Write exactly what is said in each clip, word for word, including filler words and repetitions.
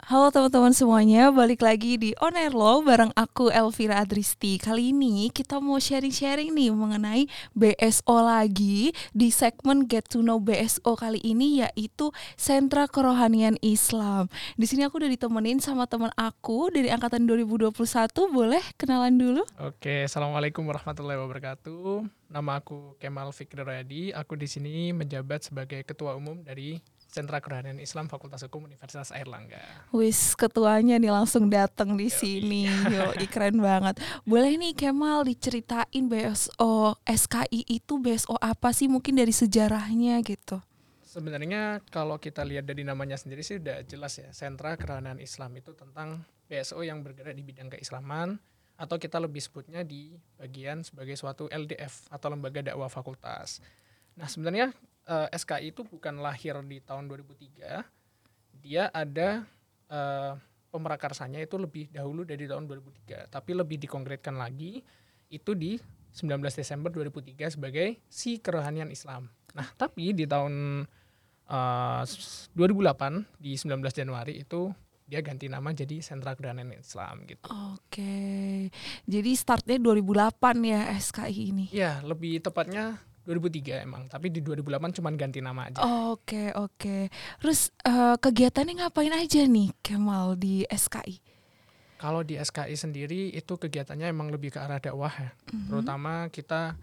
Halo teman-teman semuanya, balik lagi di On Air Lo bareng aku Elvira Adristi. Kali ini kita mau sharing-sharing nih mengenai B S O lagi di segmen Get to Know B S O kali ini, yaitu Sentra Kerohanian Islam. Di sini aku udah ditemenin sama teman aku dari angkatan dua ribu dua puluh satu. Boleh kenalan dulu? Oke, assalamualaikum warahmatullahi wabarakatuh. Nama aku Kemal Fikri Royadi. Aku di sini menjabat sebagai ketua umum dari Sentra Kerohanian Islam Fakultas Hukum Universitas Airlangga. Wis, ketuanya nih langsung datang di Yoi. sini. Yo, keren banget. Boleh nih Kemal diceritain B S O S K I itu B S O apa sih, mungkin dari sejarahnya gitu. Sebenarnya kalau kita lihat dari namanya sendiri sih udah jelas ya. Sentra Kerohanian Islam itu tentang B S O yang bergerak di bidang keislaman, atau kita lebih sebutnya di bagian sebagai suatu L D F atau lembaga dakwah fakultas. Nah, sebenarnya eh, S K I itu bukan lahir di tahun dua ribu tiga. Dia ada eh, pemerakarsanya itu lebih dahulu dari tahun dua ribu tiga, tapi lebih dikonkretkan lagi itu di sembilan belas Desember dua ribu tiga sebagai Si Kerohanian Islam. Nah, tapi di tahun uh, dua ribu delapan di sembilan belas Januari itu dia ganti nama jadi Sentra Kerohanian Islam gitu. Oke. Jadi startnya dua ribu delapan ya S K I ini. Ya, lebih tepatnya dua ribu tiga emang, tapi di dua ribu delapan cuman ganti nama aja. Oke, oke. Terus eh, kegiatannya ngapain aja nih Kemal di S K I? Kalau di S K I sendiri itu kegiatannya emang lebih ke arah dakwah ya. Mhm. Terutama kita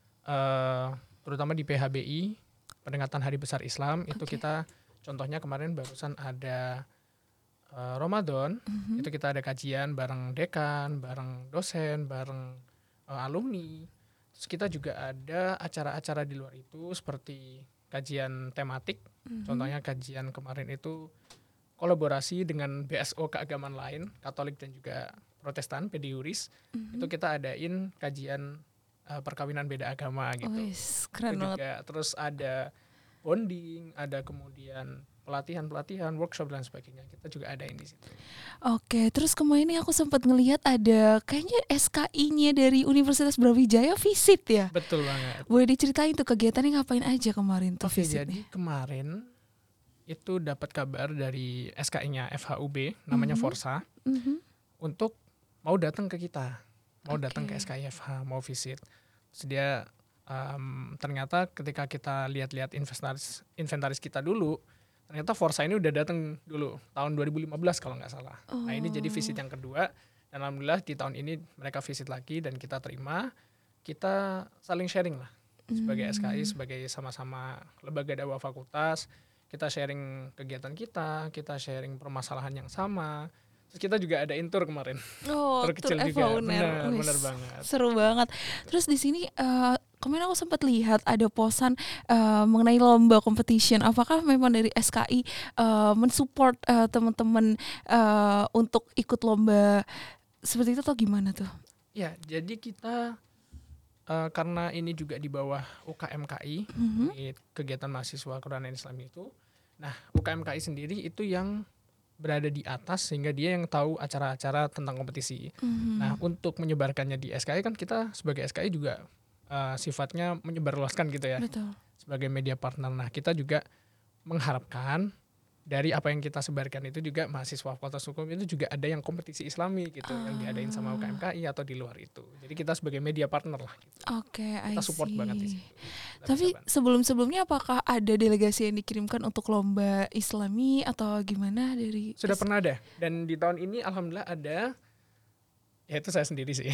uh, terutama di P H B I, peringatan Hari Besar Islam, itu Oke. kita contohnya kemarin barusan ada uh, Ramadan, Mhm. itu kita ada kajian bareng dekan, bareng dosen, bareng uh, alumni. Terus kita juga ada acara-acara di luar itu seperti kajian tematik. Mhm. Contohnya kajian kemarin itu kolaborasi dengan B S O keagamaan lain, Katolik dan juga Protestan, P D Juris. Mhm. Itu kita adain kajian uh, perkawinan beda agama gitu. Wis, keren Itu banget. juga terus ada bonding, ada kemudian pelatihan-pelatihan, workshop dan sebagainya. Kita juga adain di situ. Oke, terus kemarin ini aku sempat ngelihat ada kayaknya S K I-nya dari Universitas Brawijaya visit ya. Betul banget. Boleh diceritain tuh kegiatannya ngapain aja kemarin tuh Oke, visitnya? jadi kemarin itu dapat kabar dari S K I-nya F H U B, namanya Mhm. Forsa, Mhm. untuk mau datang ke kita, mau Oke. datang ke S K I F H, mau visit. Terus dia um, ternyata ketika kita lihat-lihat inventaris inventaris kita dulu, ternyata Forsa ini udah datang dulu tahun dua ribu lima belas kalau nggak salah. Oh. Nah, ini jadi visit yang kedua, dan alhamdulillah di tahun ini mereka visit lagi dan kita terima, kita saling sharing lah sebagai S K I, Hmm. sebagai sama-sama lembaga dakwah fakultas. Kita sharing kegiatan kita, kita sharing permasalahan yang sama. Terus kita juga ada intur kemarin. Oh, Tur tur kecil Eva juga. Uner. Benar, Wis, benar banget. seru banget. Terus di sini eh, kemarin aku sempat lihat ada posan eh, mengenai lomba competition. Apakah memang dari S K I eh, mensupport eh, teman-teman eh, untuk ikut lomba seperti itu atau gimana tuh? Ya, jadi kita uh, karena ini juga di bawah U K M K I, Mhm. di kegiatan mahasiswa Kerohanian Islam itu. Nah, U K M K I sendiri itu yang berada di atas sehingga dia yang tahu acara-acara tentang kompetisi. Mhm. Nah, untuk menyebarkannya di S K I kan kita sebagai S K I juga uh, sifatnya menyebarluaskan gitu ya, Betul. sebagai media partner. Nah, kita juga mengharapkan dari apa yang kita sebarkan itu juga mahasiswa fakultas hukum itu juga ada yang kompetisi islami gitu, yang diadain sama U K M K I atau di luar itu. Jadi kita sebagai media partner lah gitu. Oke, I Kita support banget di see. situ. Kita bisa Tapi bantu. sebelum-sebelumnya apakah ada delegasi yang dikirimkan untuk lomba Islami atau gimana dari Sudah S- pernah ada, dan di tahun ini alhamdulillah ada, ya itu saya sendiri sih.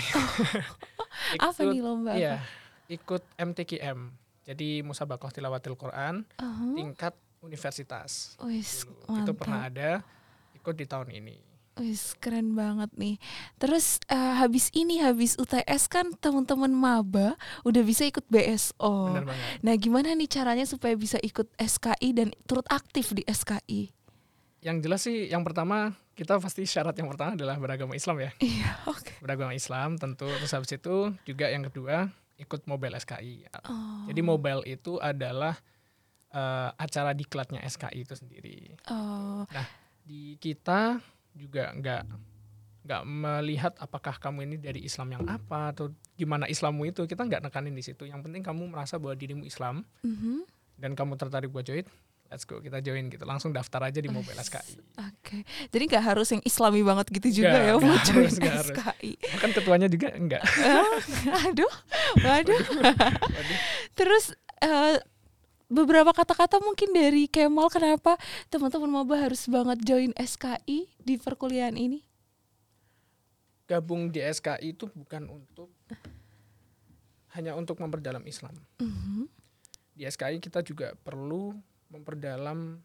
apa ikut nih lomba iya, apa? ikut M T Q M. Jadi Musabaqah Tilawatil Quran Uh-huh. tingkat universitas. Wis, Dulu. Itu pernah mantap. ada, ikut di tahun ini. Wis, keren banget nih. Terus eh, habis ini, habis U T S kan teman-teman maba udah bisa ikut B S O. Benar banget. Nah, gimana nih caranya supaya bisa ikut S K I dan turut aktif di S K I? Yang jelas sih yang pertama, kita pasti syarat yang pertama adalah beragama Islam ya. Iya, oke. Beragama Islam tentu. Terus habis itu juga yang kedua, ikut Mobile S K I. Oh. Jadi Mobile itu adalah uh, acara diklatnya S K I itu sendiri. Oh. Nah, di kita juga nggak nggak melihat apakah kamu ini dari Islam yang apa atau gimana Islammu itu, kita nggak nekanin di situ. Yang penting kamu merasa bahwa dirimu Islam Mhm. dan kamu tertarik buat join, let's go kita join gitu, langsung daftar aja di Mobile S K I. Oke, okay. Jadi nggak harus yang Islami banget gitu juga gak, ya buat join S K I. Kan ketuanya juga enggak. Aduh, waduh. Terus uh, beberapa kata-kata mungkin dari Kemal kenapa teman-teman maba harus banget join S K I di perkuliahan ini? Gabung di S K I itu bukan untuk hanya untuk memperdalam Islam. Mm-hmm. Di S K I kita juga perlu memperdalam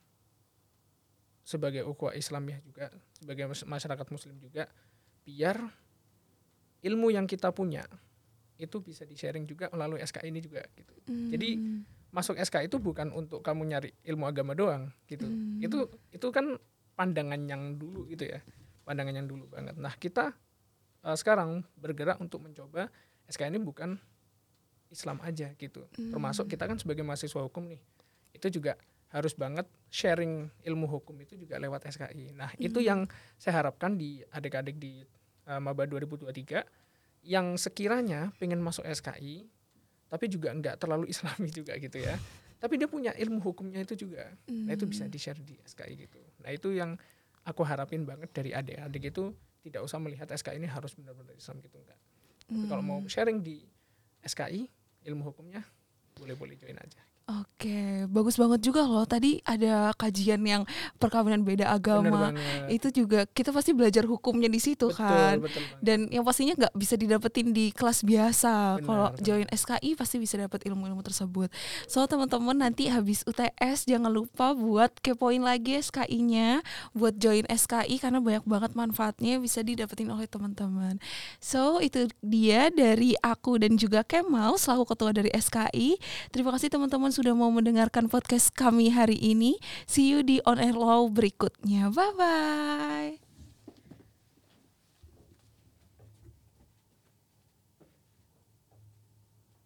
sebagai ukhuwah Islamiyah juga, sebagai masyarakat muslim juga, biar ilmu yang kita punya itu bisa di-sharing juga melalui S K I ini juga gitu. Mm. Jadi masuk S K I itu bukan untuk kamu nyari ilmu agama doang gitu. Mm. Itu itu kan pandangan yang dulu gitu ya. Pandangan yang dulu banget. Nah, kita uh, sekarang bergerak untuk mencoba S K I ini bukan Islam aja gitu. Hmm. Termasuk kita kan sebagai mahasiswa hukum nih, itu juga harus banget sharing ilmu hukum itu juga lewat S K I. Nah, hmm. itu yang saya harapkan di adik-adik di uh, Maba dua ribu dua puluh tiga yang sekiranya pengen masuk S K I, tapi juga enggak terlalu Islami juga gitu ya. Tapi dia punya ilmu hukumnya itu juga. Hmm. Nah, itu bisa di-share di S K I gitu. Nah, itu yang aku harapin banget dari adik-adik itu, tidak usah melihat S K I ini harus benar-benar Islam gitu, enggak. Hmm. Tapi kalau mau sharing di S K I ilmu hukumnya boleh-boleh join aja. Oke, bagus banget juga loh. Tadi ada kajian yang perkawinan beda agama. Itu juga kita pasti belajar hukumnya di situ, betul, kan. Betul Dan yang pastinya nggak bisa didapetin di kelas biasa. Kalau join S K I pasti bisa dapet ilmu-ilmu tersebut. So teman-teman nanti habis U T S jangan lupa buat kepoin lagi S K I-nya, buat join S K I karena banyak banget manfaatnya bisa didapetin oleh teman-teman. So itu dia dari aku dan juga Kemal selaku ketua dari S K I. Terima kasih teman-teman sudah mau mendengarkan podcast kami hari ini. See you di On Air Law berikutnya. Bye-bye.